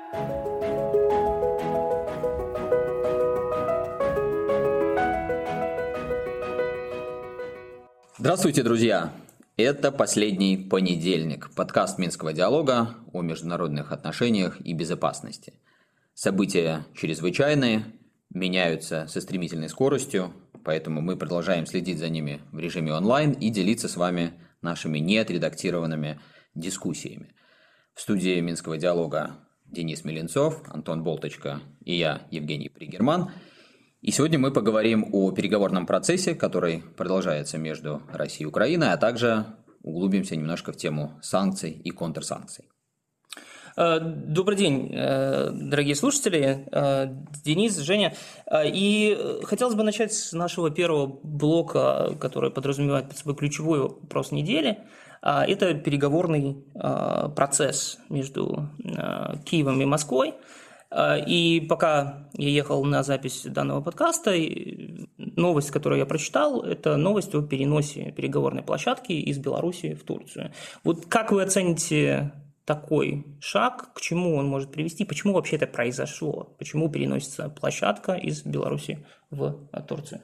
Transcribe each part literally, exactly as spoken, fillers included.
Здравствуйте, друзья! Это последний понедельник, подкаст Минского диалога о международных отношениях и безопасности. События чрезвычайные, меняются со стремительной скоростью, поэтому мы продолжаем следить за ними в режиме онлайн и делиться с вами нашими неотредактированными дискуссиями. В студии Минского диалога Денис Меленцов, Антон Болточка и я, Евгений Пригерман. И сегодня мы поговорим о переговорном процессе, который продолжается между Россией и Украиной, а также углубимся немножко в тему санкций и контрсанкций. Добрый день, дорогие слушатели, Денис, Женя. И хотелось бы начать с нашего первого блока, который подразумевает под собой ключевой вопрос недели. Это переговорный процесс между Киевом и Москвой. И пока я ехал на запись данного подкаста, новость, которую я прочитал, это новость о переносе переговорной площадки из Беларуси в Турцию. Вот как вы оцените такой шаг, к чему он может привести, почему вообще это произошло, почему переносится площадка из Беларуси в Турцию?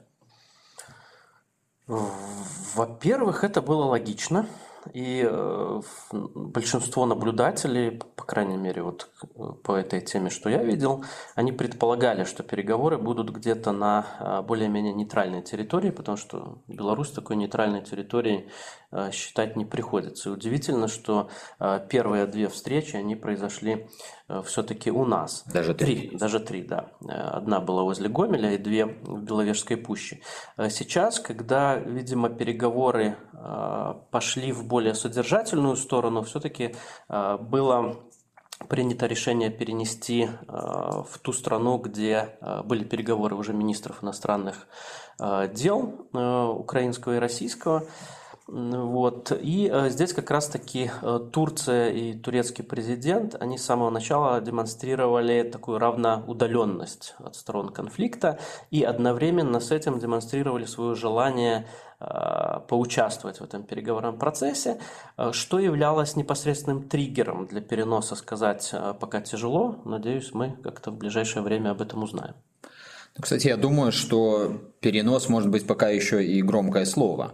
Во-первых, это было логично. И большинство наблюдателей, по крайней мере, вот по этой теме, что я видел, они предполагали, что переговоры будут где-то на более-менее нейтральной территории, потому что Беларусь такой нейтральной территорией считать не приходится. И удивительно, что первые две встречи, они произошли все-таки у нас. Даже три. три. Даже три, да. Одна была возле Гомеля и две в Беловежской пуще. Сейчас, когда, видимо, переговоры пошли в более содержательную сторону, все-таки было принято решение перенести в ту страну, где были переговоры уже министров иностранных дел украинского и российского. Вот. И здесь как раз-таки Турция и турецкий президент, они с самого начала демонстрировали такую равноудаленность от сторон конфликта и одновременно с этим демонстрировали свое желание поучаствовать в этом переговорном процессе, что являлось непосредственным триггером для переноса, сказать пока тяжело. Надеюсь, мы как-то в ближайшее время об этом узнаем. Кстати, я думаю, что перенос может быть пока еще и громкое слово.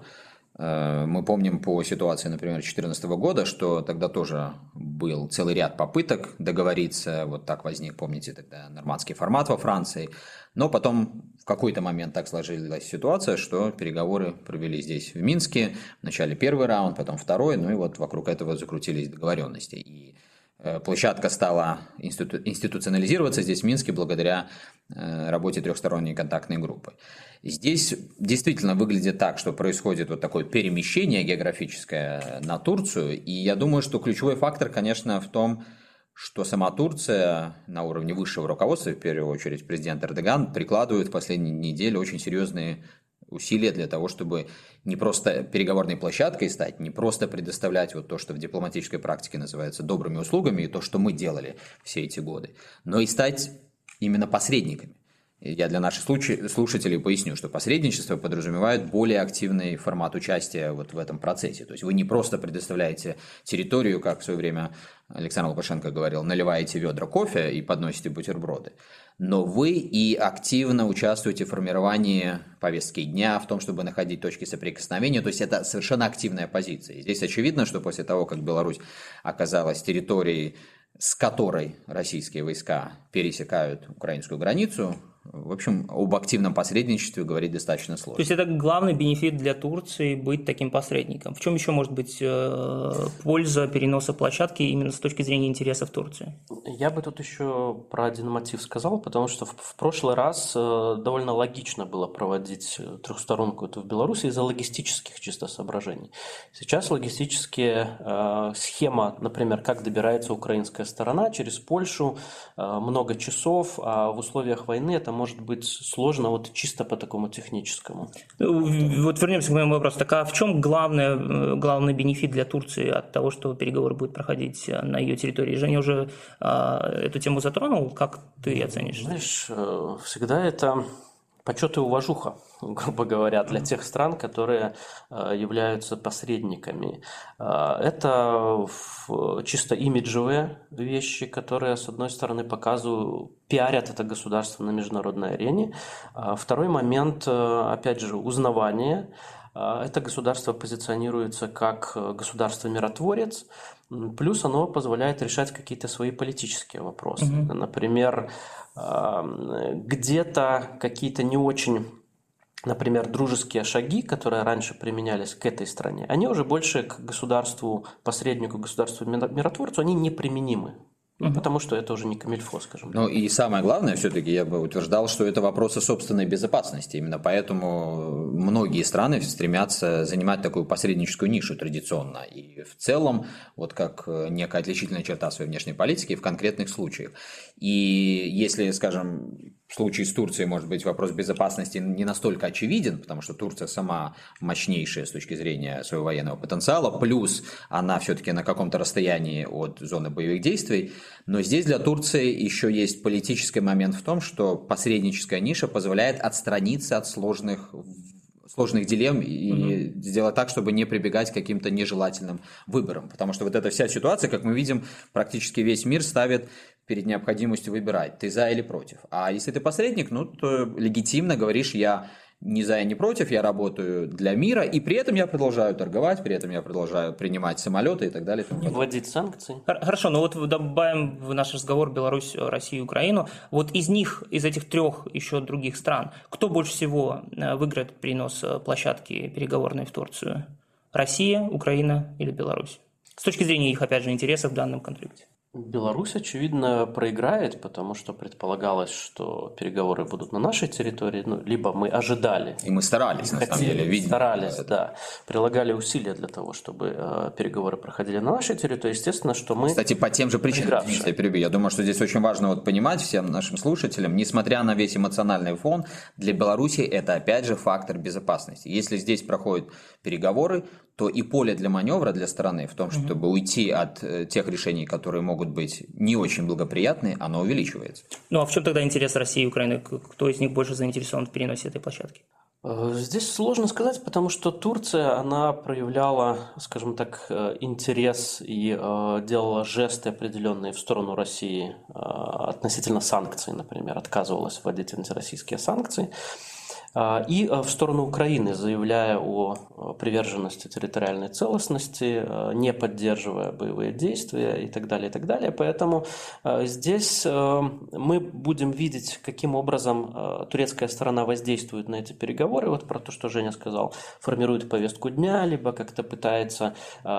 Мы помним по ситуации, например, две тысячи четырнадцатого года, что тогда тоже был целый ряд попыток договориться, вот так возник, помните, тогда нормандский формат во Франции, но потом в какой-то момент так сложилась ситуация, что переговоры провели здесь, в Минске, вначале первый раунд, потом второй, ну и вот вокруг этого закрутились договоренности. И площадка стала институ- институционализироваться здесь, в Минске, благодаря работе трехсторонней контактной группы. Здесь действительно выглядит так, что происходит вот такое перемещение географическое на Турцию, и я думаю, что ключевой фактор, конечно, в том, что сама Турция на уровне высшего руководства, в первую очередь президент Эрдоган, прикладывает в последние недели очень серьезные усилия для того, чтобы не просто переговорной площадкой стать, не просто предоставлять вот то, что в дипломатической практике называется добрыми услугами, и то, что мы делали все эти годы, но и стать именно посредниками. Я для наших слушателей поясню, что посредничество подразумевает более активный формат участия вот в этом процессе. То есть вы не просто предоставляете территорию, как в свое время Александр Лукашенко говорил, наливаете ведра кофе и подносите бутерброды, но вы и активно участвуете в формировании повестки дня, в том, чтобы находить точки соприкосновения. То есть это совершенно активная позиция. И здесь очевидно, что после того, как Беларусь оказалась территорией, с которой российские войска пересекают украинскую границу, в общем, об активном посредничестве говорить достаточно сложно. То есть это главный бенефит для Турции быть таким посредником. В чем еще может быть польза переноса площадки именно с точки зрения интересов Турции? Я бы тут еще про один мотив сказал, потому что в, в прошлый раз довольно логично было проводить трехсторонку это в Беларуси из-за логистических чисто соображений. Сейчас логистические э, схема, например, как добирается украинская сторона через Польшу, э, много часов, а в условиях войны это может быть сложно вот чисто по такому техническому. Вот вернемся к моему вопросу. Так а в чем главный, главный бенефит для Турции от того, что переговоры будут проходить на ее территории? Женя уже а, эту тему затронул. Как ты оценишь? Знаешь, всегда это почет и уважуха, грубо говоря, для тех стран, которые являются посредниками. Это чисто имиджевые вещи, которые, с одной стороны, показывают, пиарят это государство на международной арене. Второй момент, опять же, узнавание. Это государство позиционируется как государство-миротворец, плюс оно позволяет решать какие-то свои политические вопросы. Mm-hmm. Например, где-то какие-то не очень, например, дружеские шаги, которые раньше применялись к этой стране, они уже больше к государству-посреднику, государству-миротворцу, они неприменимы. Ну, потому что это уже не камильфо, скажем так. Ну и самое главное, все-таки я бы утверждал, что это вопросы собственной безопасности. Именно поэтому многие страны стремятся занимать такую посредническую нишу традиционно. И в целом, вот как некая отличительная черта своей внешней политики в конкретных случаях. И если, скажем, в случае с Турцией, может быть, вопрос безопасности не настолько очевиден, потому что Турция сама мощнейшая с точки зрения своего военного потенциала, плюс она все-таки на каком-то расстоянии от зоны боевых действий. Но здесь для Турции еще есть политический момент в том, что посредническая ниша позволяет отстраниться от сложных, сложных дилемм и mm-hmm. сделать так, чтобы не прибегать к каким-то нежелательным выборам. Потому что вот эта вся ситуация, как мы видим, практически весь мир ставит перед необходимостью выбирать, ты за или против. А если ты посредник, ну, то легитимно говоришь, я ни за и ни против, я работаю для мира, и при этом я продолжаю торговать, при этом я продолжаю принимать самолеты и так далее. И вводить санкции. Хорошо, но вот добавим в наш разговор Беларусь, Россию, Украину. Вот из них, из этих трех еще других стран, кто больше всего выиграет перенос площадки переговорной в Турцию? Россия, Украина или Беларусь? С точки зрения их, опять же, интересов в данном конфликте. Беларусь, очевидно, проиграет, потому что предполагалось, что переговоры будут на нашей территории, ну, либо мы ожидали. И мы старались, на самом деле, видимо. Старались, да. Прилагали усилия для того, чтобы э, переговоры проходили на нашей территории. Естественно, что мы... Кстати, по тем же причинам, если я перебью, я думаю, что здесь очень важно вот понимать всем нашим слушателям, несмотря на весь эмоциональный фон, для Беларуси это, опять же, фактор безопасности. Если здесь проходят переговоры, то и поле для маневра для страны в том, чтобы уйти от тех решений, которые могут быть не очень благоприятны, оно увеличивается. Ну а в чем тогда интерес России и Украины? Кто из них больше заинтересован в переносе этой площадки? Здесь сложно сказать, потому что Турция, она проявляла, скажем так, интерес и делала жесты определенные в сторону России относительно санкций, например, отказывалась вводить антироссийские санкции. И в сторону Украины, заявляя о приверженности территориальной целостности, не поддерживая боевые действия и так далее, и так далее. Поэтому здесь мы будем видеть, каким образом турецкая сторона воздействует на эти переговоры. Вот про то, что Женя сказал, формирует повестку дня, либо как-то пытается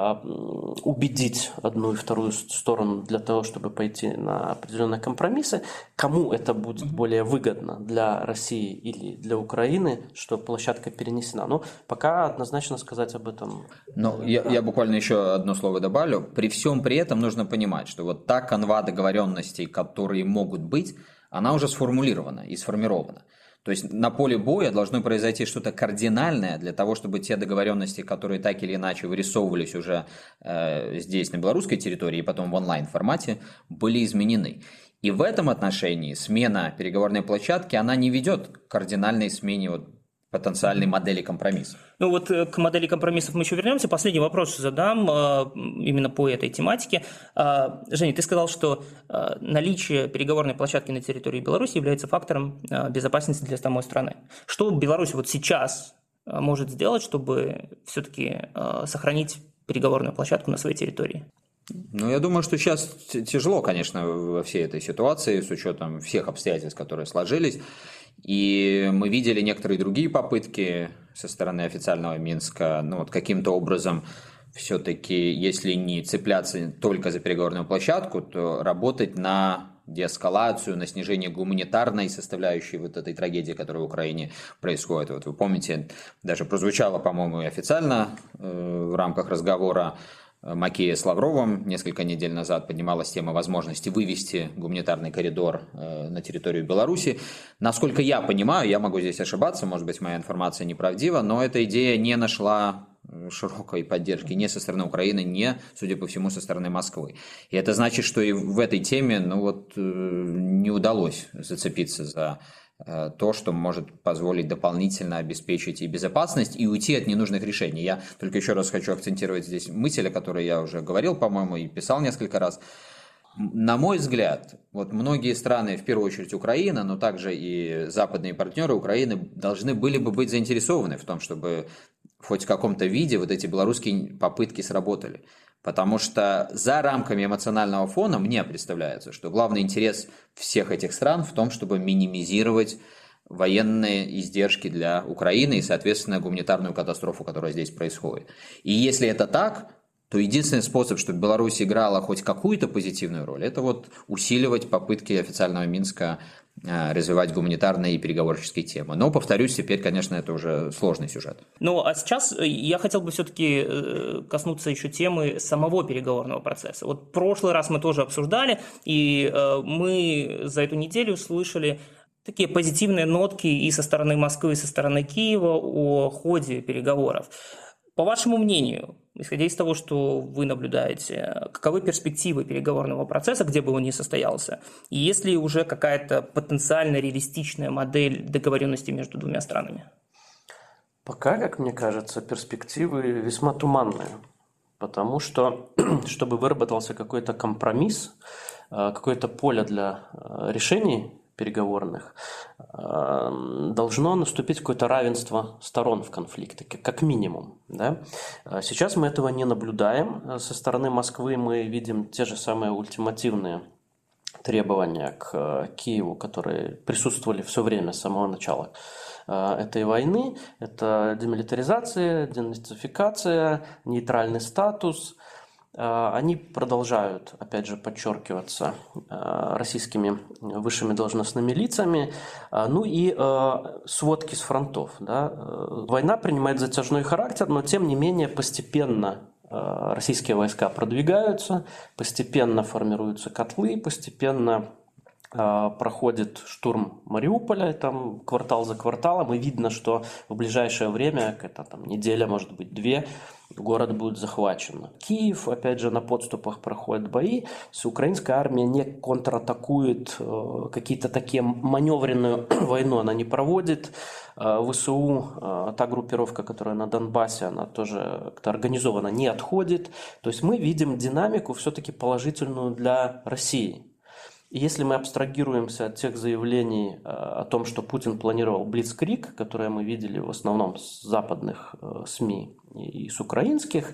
убедить одну и вторую сторону для того, чтобы пойти на определенные компромиссы. Кому это будет более выгодно, для России или для Украины? Что площадка перенесена. Но пока однозначно сказать об этом. Ну, я, я буквально еще одно слово добавлю. При всем при этом нужно понимать, что вот та канва договоренностей, которые могут быть, она уже сформулирована и сформирована. То есть на поле боя должно произойти что-то кардинальное для того, чтобы те договоренности, которые так или иначе вырисовывались уже э, здесь, на белорусской территории, и потом в онлайн-формате, были изменены. И в этом отношении смена переговорной площадки, она не ведет к кардинальной смене вот потенциальной модели компромиссов. Ну вот к модели компромиссов мы еще вернемся. Последний вопрос задам именно по этой тематике. Женя, ты сказал, что наличие переговорной площадки на территории Беларуси является фактором безопасности для самой страны. Что Беларусь вот сейчас может сделать, чтобы все-таки сохранить переговорную площадку на своей территории? Ну, я думаю, что сейчас тяжело, конечно, во всей этой ситуации, с учетом всех обстоятельств, которые сложились. И мы видели некоторые другие попытки со стороны официального Минска, ну, вот каким-то образом все-таки, если не цепляться только за переговорную площадку, то работать на деэскалацию, на снижение гуманитарной составляющей вот этой трагедии, которая в Украине происходит. Вот вы помните, даже прозвучало, по-моему, и официально э, в рамках разговора Макея с Лавровым несколько недель назад поднималась тема возможности вывести гуманитарный коридор э, на территорию Беларуси. Насколько я понимаю, я могу здесь ошибаться, может быть, моя информация неправдива, но эта идея не нашла широкой поддержки ни со стороны Украины, ни, судя по всему, со стороны Москвы. И это значит, что и в этой теме ну вот, не удалось зацепиться за то, что может позволить дополнительно обеспечить и безопасность, и уйти от ненужных решений. Я только еще раз хочу акцентировать здесь мысль, о которой я уже говорил, по-моему, и писал несколько раз. На мой взгляд, вот многие страны, в первую очередь Украина, но также и западные партнеры Украины должны были бы быть заинтересованы в том, чтобы хоть в каком-то виде вот эти белорусские попытки сработали. Потому что за рамками эмоционального фона мне представляется, что главный интерес всех этих стран в том, чтобы минимизировать военные издержки для Украины и, соответственно, гуманитарную катастрофу, которая здесь происходит. И если это так, то единственный способ, чтобы Беларусь играла хоть какую-то позитивную роль, это вот усиливать попытки официального Минска развивать гуманитарные и переговорческие темы. Но, повторюсь, теперь, конечно, это уже сложный сюжет. Ну, а сейчас я хотел бы все-таки коснуться еще темы самого переговорного процесса. Вот в прошлый раз мы тоже обсуждали, и мы за эту неделю слышали такие позитивные нотки и со стороны Москвы, и со стороны Киева о ходе переговоров. По вашему мнению, исходя из того, что вы наблюдаете, каковы перспективы переговорного процесса, где бы он ни состоялся? И есть ли уже какая-то потенциально реалистичная модель договоренности между двумя странами? Пока, как мне кажется, перспективы весьма туманные. Потому что, чтобы выработался какой-то компромисс, какое-то поле для решений переговорных, должно наступить какое-то равенство сторон в конфликте, как минимум. Да? Сейчас мы этого не наблюдаем. Со стороны Москвы мы видим те же самые ультимативные требования к Киеву, которые присутствовали все время с самого начала этой войны. Это демилитаризация, денацификация, нейтральный статус. Они продолжают, опять же, подчеркиваться российскими высшими должностными лицами. Ну и сводки с фронтов. Да. Война принимает затяжной характер, но тем не менее постепенно российские войска продвигаются, постепенно формируются котлы, постепенно проходит штурм Мариуполя, там квартал за кварталом, и видно, что в ближайшее время, это там неделя, может быть, две, город будет захвачен. Киев, опять же, на подступах проходят бои, украинская армия не контратакует, какие-то такие маневренную войну она не проводит. ВСУ, та группировка, которая на Донбассе, она тоже как-то организованно не отходит. То есть мы видим динамику все-таки положительную для России. И если мы абстрагируемся от тех заявлений о том, что Путин планировал блицкриг, которые мы видели в основном с западных СМИ и с украинских,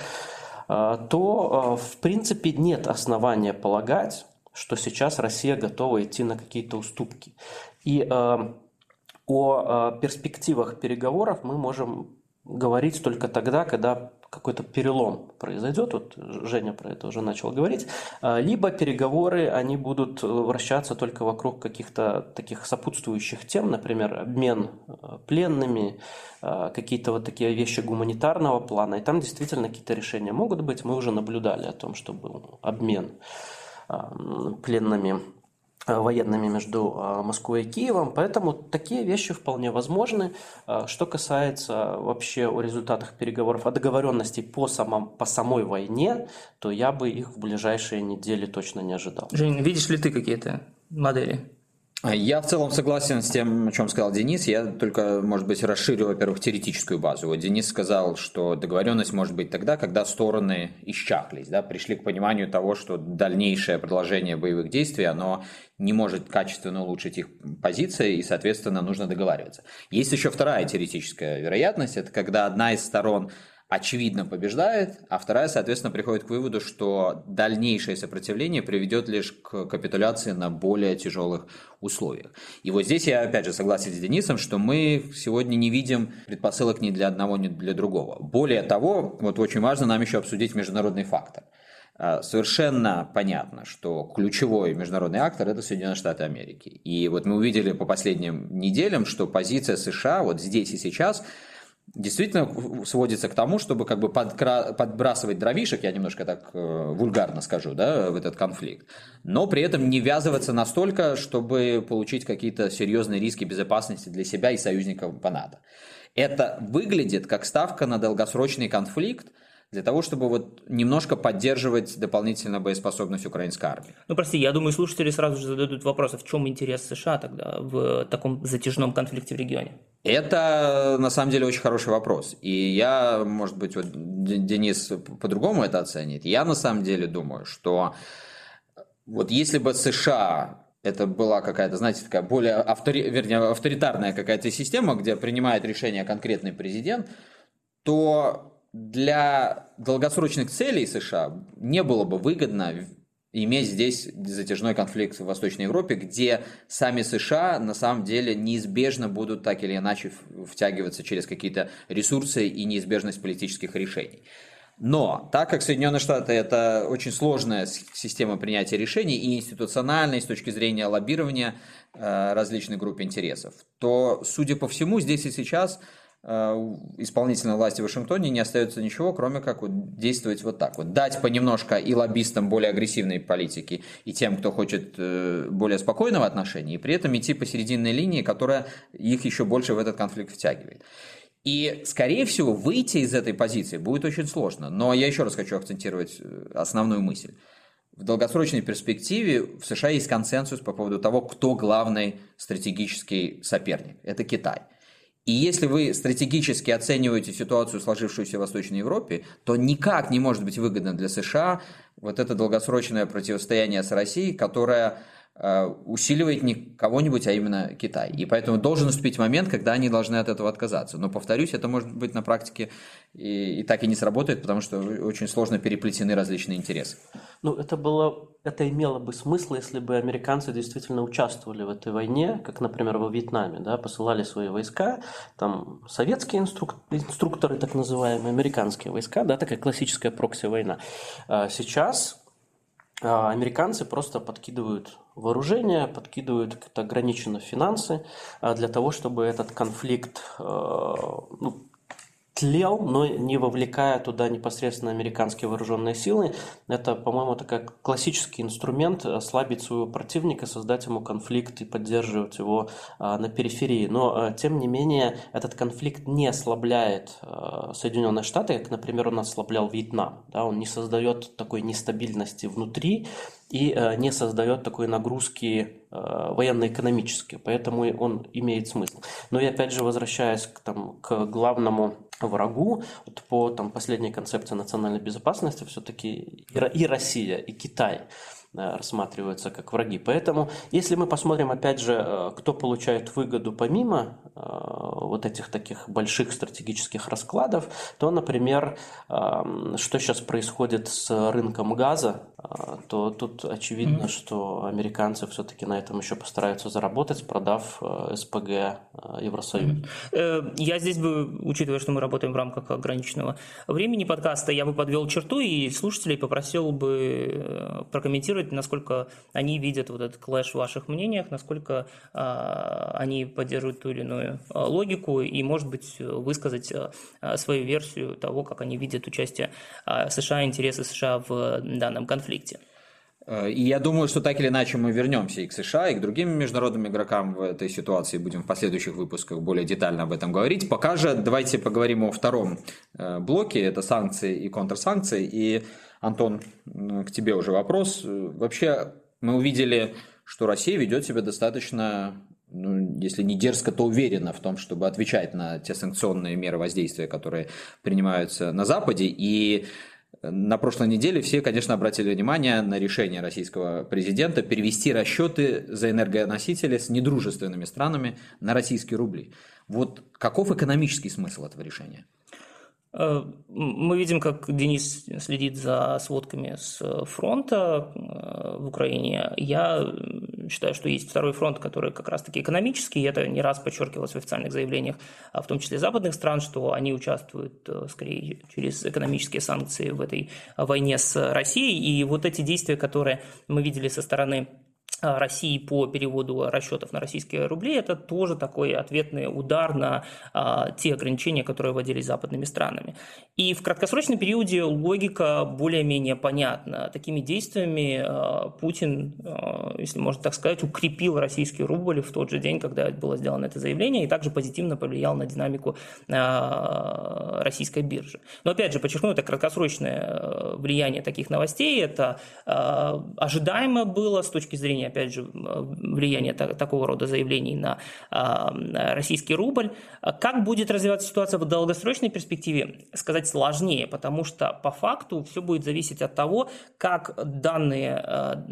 то в принципе нет основания полагать, что сейчас Россия готова идти на какие-то уступки. И о перспективах переговоров мы можем говорить только тогда, когда какой-то перелом произойдет, вот Женя про это уже начал говорить, либо переговоры, они будут вращаться только вокруг каких-то таких сопутствующих тем, например, обмен пленными, какие-то вот такие вещи гуманитарного плана, и там действительно какие-то решения могут быть. Мы уже наблюдали о том, что был обмен пленными военными между Москвой и Киевом, поэтому такие вещи вполне возможны. Что касается вообще о результатах переговоров, о договоренности по, самом, по самой войне, то я бы их в ближайшие недели точно не ожидал. Жень, видишь ли ты какие-то модели? Я в целом согласен с тем, о чем сказал Денис. Я только, может быть, расширю, во-первых, теоретическую базу. Вот Денис сказал, что договоренность может быть тогда, когда стороны исчахлись, да, пришли к пониманию того, что дальнейшее продолжение боевых действий, оно не может качественно улучшить их позиции, и, соответственно, нужно договариваться. Есть еще вторая теоретическая вероятность, это когда одна из сторон очевидно побеждает, а вторая, соответственно, приходит к выводу, что дальнейшее сопротивление приведет лишь к капитуляции на более тяжелых условиях. И вот здесь я, опять же, согласен с Денисом, что мы сегодня не видим предпосылок ни для одного, ни для другого. Более того, вот очень важно нам еще обсудить международный фактор. Совершенно понятно, что ключевой международный актор – это Соединенные Штаты Америки. И вот мы увидели по последним неделям, что позиция США вот здесь и сейчас – действительно сводится к тому, чтобы как бы подкра... подбрасывать дровишек, я немножко так э, вульгарно скажу, да, в этот конфликт, но при этом не ввязываться настолько, чтобы получить какие-то серьезные риски безопасности для себя и союзников по НАТО. Это выглядит как ставка на долгосрочный конфликт, для того, чтобы вот немножко поддерживать дополнительно боеспособность украинской армии. Ну, прости, я думаю, слушатели сразу же зададут вопрос, а в чем интерес США тогда в таком затяжном конфликте в регионе? Это, на самом деле, очень хороший вопрос. И я, может быть, вот Денис по-другому это оценит. Я, на самом деле, думаю, что вот если бы США... Это была какая-то, знаете, такая более автори... вернее, авторитарная какая-то система, где принимает решение конкретный президент, то для долгосрочных целей США не было бы выгодно иметь здесь затяжной конфликт в Восточной Европе, где сами США на самом деле неизбежно будут так или иначе втягиваться через какие-то ресурсы и неизбежность политических решений. Но так как Соединенные Штаты – это очень сложная система принятия решений и институциональная, и с точки зрения лоббирования э, различных групп интересов, то, судя по всему, здесь и сейчас э, исполнительной власти в Вашингтоне не остается ничего, кроме как вот действовать вот так вот. Дать понемножко и лоббистам более агрессивной политики, и тем, кто хочет э, более спокойного отношения, и при этом идти по серединной линии, которая их еще больше в этот конфликт втягивает. И, скорее всего, выйти из этой позиции будет очень сложно. Но я еще раз хочу акцентировать основную мысль. В долгосрочной перспективе в США есть консенсус по поводу того, кто главный стратегический соперник. Это Китай. И если вы стратегически оцениваете ситуацию, сложившуюся в Восточной Европе, то никак не может быть выгодно для США вот это долгосрочное противостояние с Россией, которое усиливает не кого-нибудь, а именно Китай. И поэтому должен наступить момент, когда они должны от этого отказаться. Но, повторюсь, это может быть на практике и, и так и не сработает, потому что очень сложно переплетены различные интересы. Ну, это было, это имело бы смысл, если бы американцы действительно участвовали в этой войне, как, например, во Вьетнаме, да, посылали свои войска, там советские инструк... инструкторы, так называемые, американские войска, да, такая классическая прокси-война. Сейчас американцы просто подкидывают вооружение, подкидывают как-то ограниченно финансы для того, чтобы этот конфликт ну, тлел, но не вовлекая туда непосредственно американские вооруженные силы. Это, по-моему, такой классический инструмент ослабить своего противника, создать ему конфликт и поддерживать его на периферии. Но, тем не менее, этот конфликт не ослабляет Соединенные Штаты, как, например, он ослаблял Вьетнам. Да, он не создает такой нестабильности внутри и не создает такой нагрузки военно-экономической, поэтому он имеет смысл. Но и опять же, возвращаясь к, там, к главному врагу, вот по там, последней концепции национальной безопасности, все-таки и Россия, и Китай рассматриваются как враги. Поэтому, если мы посмотрим, опять же, кто получает выгоду помимо вот этих таких больших стратегических раскладов, то, например, что сейчас происходит с рынком газа, то тут очевидно, mm-hmm. что американцы все-таки на этом еще постараются заработать, продав СПГ Евросоюзу. Mm-hmm. Я здесь бы, учитывая, что мы работаем в рамках ограниченного времени подкаста, я бы подвел черту и слушателей попросил бы прокомментировать, насколько они видят вот этот клэш в ваших мнениях, насколько а, они поддерживают ту или иную а, логику и, может быть, высказать а, свою версию того, как они видят участие а, США, интересы США в данном конфликте. И я думаю, что так или иначе мы вернемся и к США, и к другим международным игрокам в этой ситуации. Будем в последующих выпусках более детально об этом говорить. Пока же давайте поговорим о втором блоке. Это санкции и контрсанкции. И, Антон, к тебе уже вопрос. Вообще мы увидели, что Россия ведет себя достаточно, ну, если не дерзко, то уверенно в том, чтобы отвечать на те санкционные меры воздействия, которые принимаются на Западе. И на прошлой неделе все, конечно, обратили внимание на решение российского президента перевести расчеты за энергоносители с недружественными странами на российские рубли. Вот каков экономический смысл этого решения? Мы видим, как Денис следит за сводками с фронта в Украине. Я считаю, что есть второй фронт, который как раз-таки экономический, и это не раз подчеркивалось в официальных заявлениях, в том числе западных стран, что они участвуют скорее через экономические санкции в этой войне с Россией. И вот эти действия, которые мы видели со стороны России по переводу расчетов на российские рубли, это тоже такой ответный удар на а, те ограничения, которые вводились западными странами. И в краткосрочном периоде логика более-менее понятна. Такими действиями а, Путин, а, если можно так сказать, укрепил российский рубль в тот же день, когда было сделано это заявление, и также позитивно повлиял на динамику а, российской биржи. Но опять же, подчеркну, это краткосрочное влияние таких новостей, это а, ожидаемо было с точки зрения, опять же, влияние такого рода заявлений на российский рубль. Как будет развиваться ситуация в долгосрочной перспективе, сказать сложнее, потому что по факту все будет зависеть от того, как данные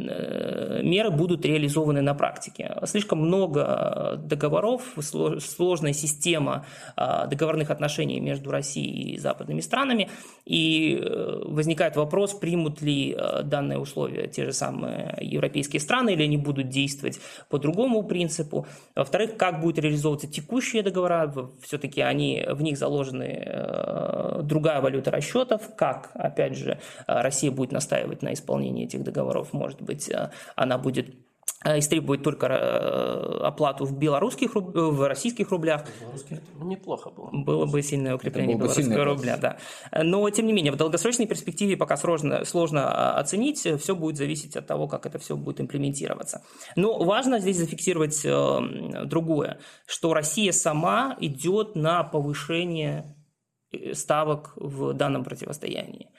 меры будут реализованы на практике. Слишком много договоров, сложная система договорных отношений между Россией и западными странами, и возникает вопрос, примут ли данные условия те же самые европейские страны, или они будут действовать по другому принципу. Во-вторых, как будут реализовываться текущие договора, все-таки они, в них заложены э, другая валюта расчетов, как, опять же, Россия будет настаивать на исполнении этих договоров, может быть, э, она будет истребует только оплату в белорусских, в российских рублях. Ну, неплохо было. Было бы сильное укрепление белорусского рубля, да. Но, тем не менее, в долгосрочной перспективе пока сложно, сложно оценить, все будет зависеть от того, как это все будет имплементироваться. Но важно здесь зафиксировать другое, что Россия сама идет на повышение ставок в данном противостоянии.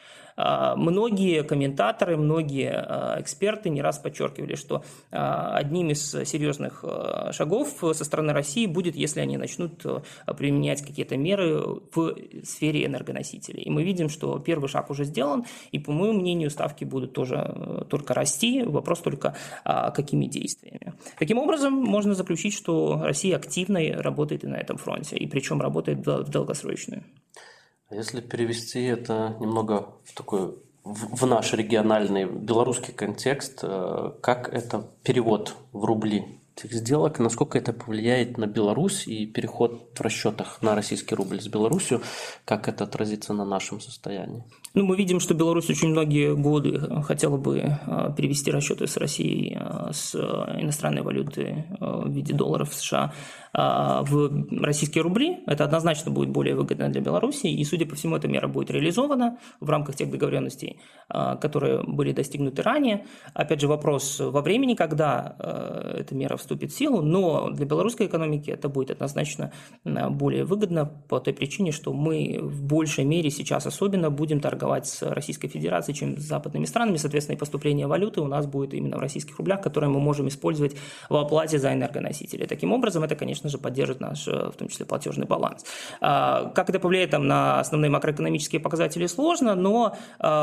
Многие комментаторы, многие эксперты не раз подчеркивали, что одним из серьезных шагов со стороны России будет, если они начнут применять какие-то меры в сфере энергоносителей. И мы видим, что первый шаг уже сделан, и, по моему мнению, ставки будут тоже только расти. Вопрос только, какими действиями. Таким образом, можно заключить, что Россия активно работает и на этом фронте, и причем работает в долгосрочную. Если перевести это немного в такой в наш региональный белорусский контекст, как это перевод в рубли этих сделок, насколько это повлияет на Беларусь и переход в расчетах на российский рубль с Беларусью, как это отразится на нашем состоянии? Ну, мы видим, что Беларусь очень многие годы хотела бы перевести расчеты с Россией с иностранной валюты в виде долларов США в российские рубли. Это однозначно будет более выгодно для Беларуси, и, судя по всему, эта мера будет реализована в рамках тех договоренностей, которые были достигнуты ранее. Опять же, вопрос во времени, когда эта мера вступит в силу, но для белорусской экономики это будет однозначно более выгодно по той причине, что мы в большей мере сейчас особенно будем торговать с Российской Федерацией, чем с западными странами. Соответственно, и поступление валюты у нас будет именно в российских рублях, которые мы можем использовать в оплате за энергоносители. Таким образом, это, конечно же, поддержит наш, в том числе, платежный баланс. Как это повлияет там, на основные макроэкономические показатели, сложно, но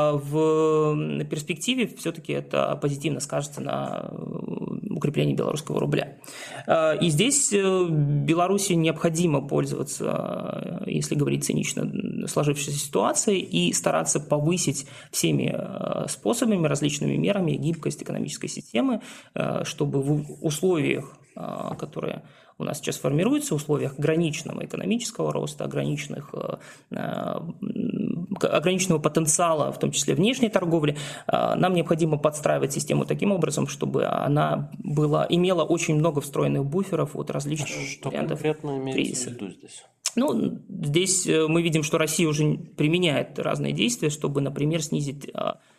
в перспективе все-таки это позитивно скажется на укреплении белорусского рубля. И здесь Беларуси необходимо пользоваться, если говорить цинично, сложившейся ситуацией и стараться повысить всеми способами, различными мерами гибкость экономической системы, чтобы в условиях, которые у нас сейчас формируются, в условиях ограниченного экономического роста, ограниченных, ограниченного потенциала, в том числе внешней торговли, нам необходимо подстраивать систему таким образом, чтобы она была, имела очень много встроенных буферов от различных Что вариантов конкретно имеется в виду здесь? Ну, здесь мы видим, что Россия уже применяет разные действия, чтобы, например, снизить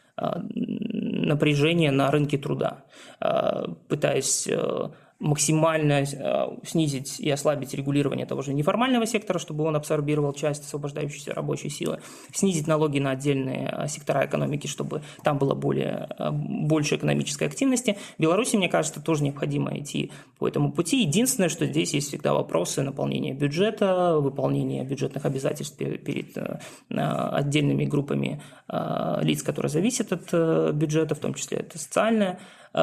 напряжение на рынке труда, пытаясь максимально снизить и ослабить регулирование того же неформального сектора, чтобы он абсорбировал часть освобождающейся рабочей силы, снизить налоги на отдельные сектора экономики, чтобы там было более, больше экономической активности. Беларуси, мне кажется, тоже необходимо идти по этому пути. Единственное, что здесь есть всегда вопросы наполнения бюджета, выполнения бюджетных обязательств перед отдельными группами лиц, которые зависят от бюджета, в том числе это социальная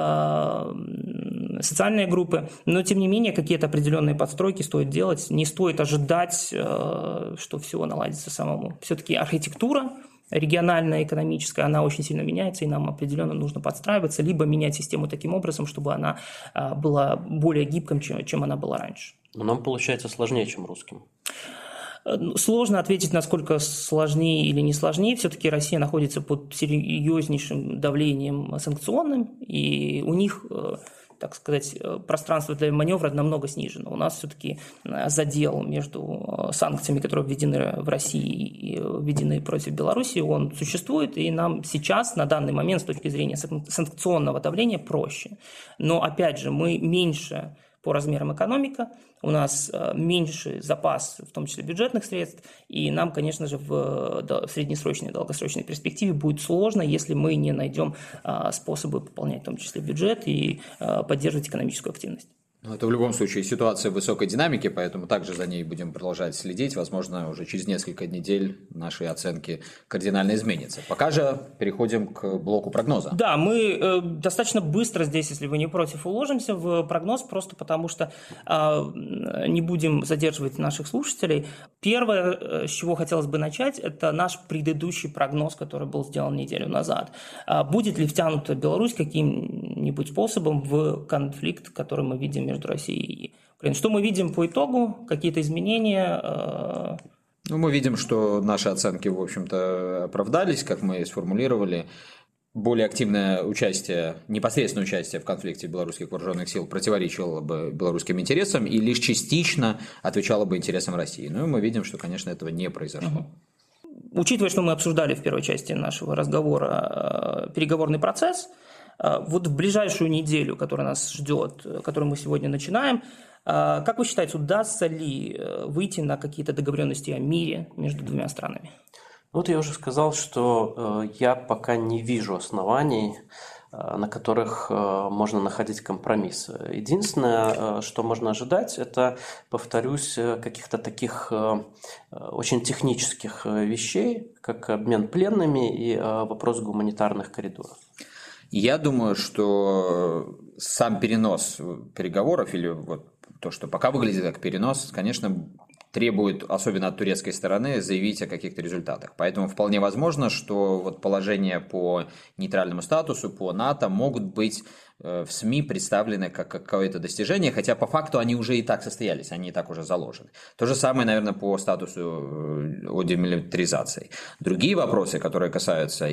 социальные группы, но тем не менее какие-то определенные подстройки стоит делать, не стоит ожидать, что все наладится самому. Все-таки архитектура региональная, экономическая, она очень сильно меняется, и нам определенно нужно подстраиваться, либо менять систему таким образом, чтобы она была более гибкой, чем, чем она была раньше. Но нам получается сложнее, чем русским. Сложно ответить, насколько сложнее или не сложнее. Все-таки Россия находится под серьезнейшим давлением санкционным, и у них так сказать, пространство для маневра намного снижено. У нас все-таки задел между санкциями, которые введены в России и введены против Беларуси, он существует, и нам сейчас, на данный момент, с точки зрения санкционного давления, проще. Но, опять же, мы меньше по размерам экономика, у нас меньше запас, в том числе бюджетных средств, и нам, конечно же, в среднесрочной и долгосрочной перспективе будет сложно, если мы не найдем способы пополнять, в том числе, бюджет и поддерживать экономическую активность. Это в любом случае ситуация высокой динамики, поэтому также за ней будем продолжать следить. Возможно, уже через несколько недель наши оценки кардинально изменятся. Пока же переходим к блоку прогноза. Да, мы э, достаточно быстро здесь, если вы не против, уложимся в прогноз, просто потому что э, не будем задерживать наших слушателей. Первое, с чего хотелось бы начать, это наш предыдущий прогноз, который был сделан неделю назад. А будет ли втянута Беларусь каким-нибудь способом в конфликт, который мы видим между между Россией и Украиной. Что мы видим по итогу? Какие-то изменения? Ну, мы видим, что наши оценки, в общем-то, оправдались, как мы сформулировали. Более активное участие, непосредственное участие в конфликте белорусских вооруженных сил противоречило бы белорусским интересам и лишь частично отвечало бы интересам России. Ну и мы видим, что, конечно, этого не произошло. Угу. Учитывая, что мы обсуждали в первой части нашего разговора переговорный процесс, вот в ближайшую неделю, которая нас ждет, которую мы сегодня начинаем, как вы считаете, удастся ли выйти на какие-то договоренности о мире между двумя странами? Вот я уже сказал, что я пока не вижу оснований, на которых можно находить компромисс. Единственное, что можно ожидать, это, повторюсь, каких-то таких очень технических вещей, как обмен пленными и вопрос гуманитарных коридоров. Я думаю, что сам перенос переговоров, или вот то, что пока выглядит как перенос, конечно, требует, особенно от турецкой стороны, заявить о каких-то результатах. Поэтому вполне возможно, что вот положения по нейтральному статусу, по НАТО могут быть в СМИ представлены как какое-то достижение, хотя по факту они уже и так состоялись, они и так уже заложены. То же самое, наверное, по статусу о демилитаризации. Другие вопросы, которые касаются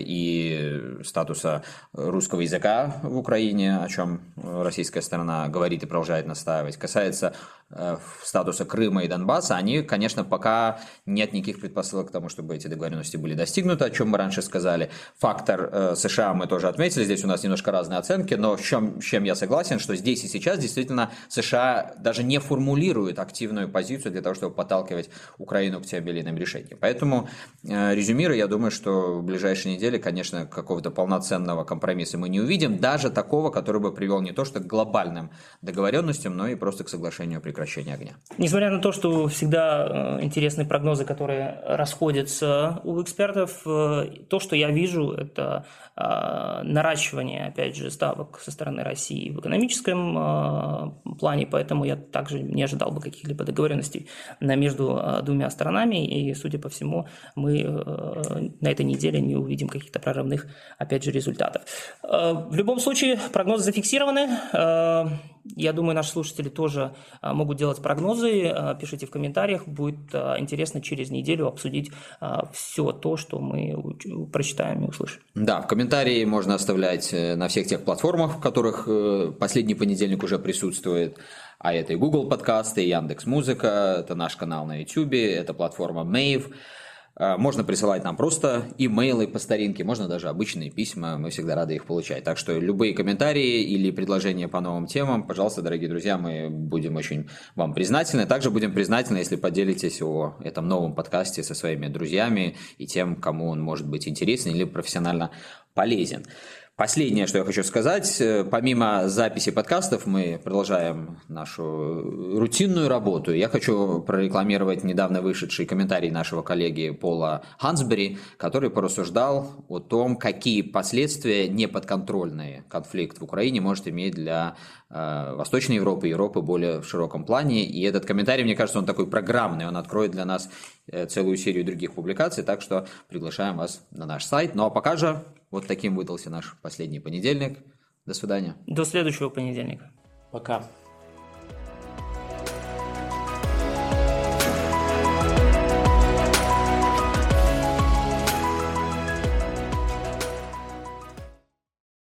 и статуса русского языка в Украине, о чем российская сторона говорит и продолжает настаивать, касается статуса Крыма и Донбасса, они, конечно, пока нет никаких предпосылок к тому, чтобы эти договоренности были достигнуты, о чем мы раньше сказали. Фактор США мы тоже отметили, здесь у нас немножко разные оценки, но в чем, с чем я согласен, что здесь и сейчас действительно США даже не формулируют активную позицию для того, чтобы подталкивать Украину к тем или иным решениям. Поэтому, резюмируя, я думаю, что в ближайшие недели, конечно, какого-то полноценного компромисса мы не увидим, даже такого, который бы привел не то что к глобальным договоренностям, но и просто к соглашению о прекращении огня. Несмотря на то, что всегда интересные прогнозы, которые расходятся у экспертов, то, что я вижу, это наращивание, опять же, ставок со стороны России в экономическом э, плане, поэтому я также не ожидал бы каких-либо договоренностей между э, двумя сторонами, и, судя по всему, мы э, на этой неделе не увидим каких-то прорывных, опять же, результатов. Э, в любом случае, прогнозы зафиксированы. Э, я думаю, наши слушатели тоже э, могут делать прогнозы. Э, пишите в комментариях. Будет э, интересно через неделю обсудить э, все то, что мы прочитаем и услышим. Да, в комментарии можно оставлять на всех тех платформах, в которых последний понедельник уже присутствует. А это и Google подкасты, и Яндекс.Музыка, это наш канал на YouTube, это платформа Мэйв. Можно присылать нам просто имейлы по старинке, можно даже обычные письма, мы всегда рады их получать. Так что любые комментарии или предложения по новым темам, пожалуйста, дорогие друзья, мы будем очень вам признательны. Также будем признательны, если поделитесь о этом новом подкасте со своими друзьями и тем, кому он может быть интересен или профессионально полезен. Последнее, что я хочу сказать, помимо записи подкастов, мы продолжаем нашу рутинную работу. Я хочу прорекламировать недавно вышедший комментарий нашего коллеги Пола Хансбери, который порассуждал о том, какие последствия неподконтрольный конфликт в Украине может иметь для э, Восточной Европы и Европы более в широком плане. И этот комментарий, мне кажется, он такой программный, он откроет для нас целую серию других публикаций, так что приглашаем вас на наш сайт. Ну а пока же вот таким выдался наш последний понедельник. До свидания. До следующего понедельника. Пока.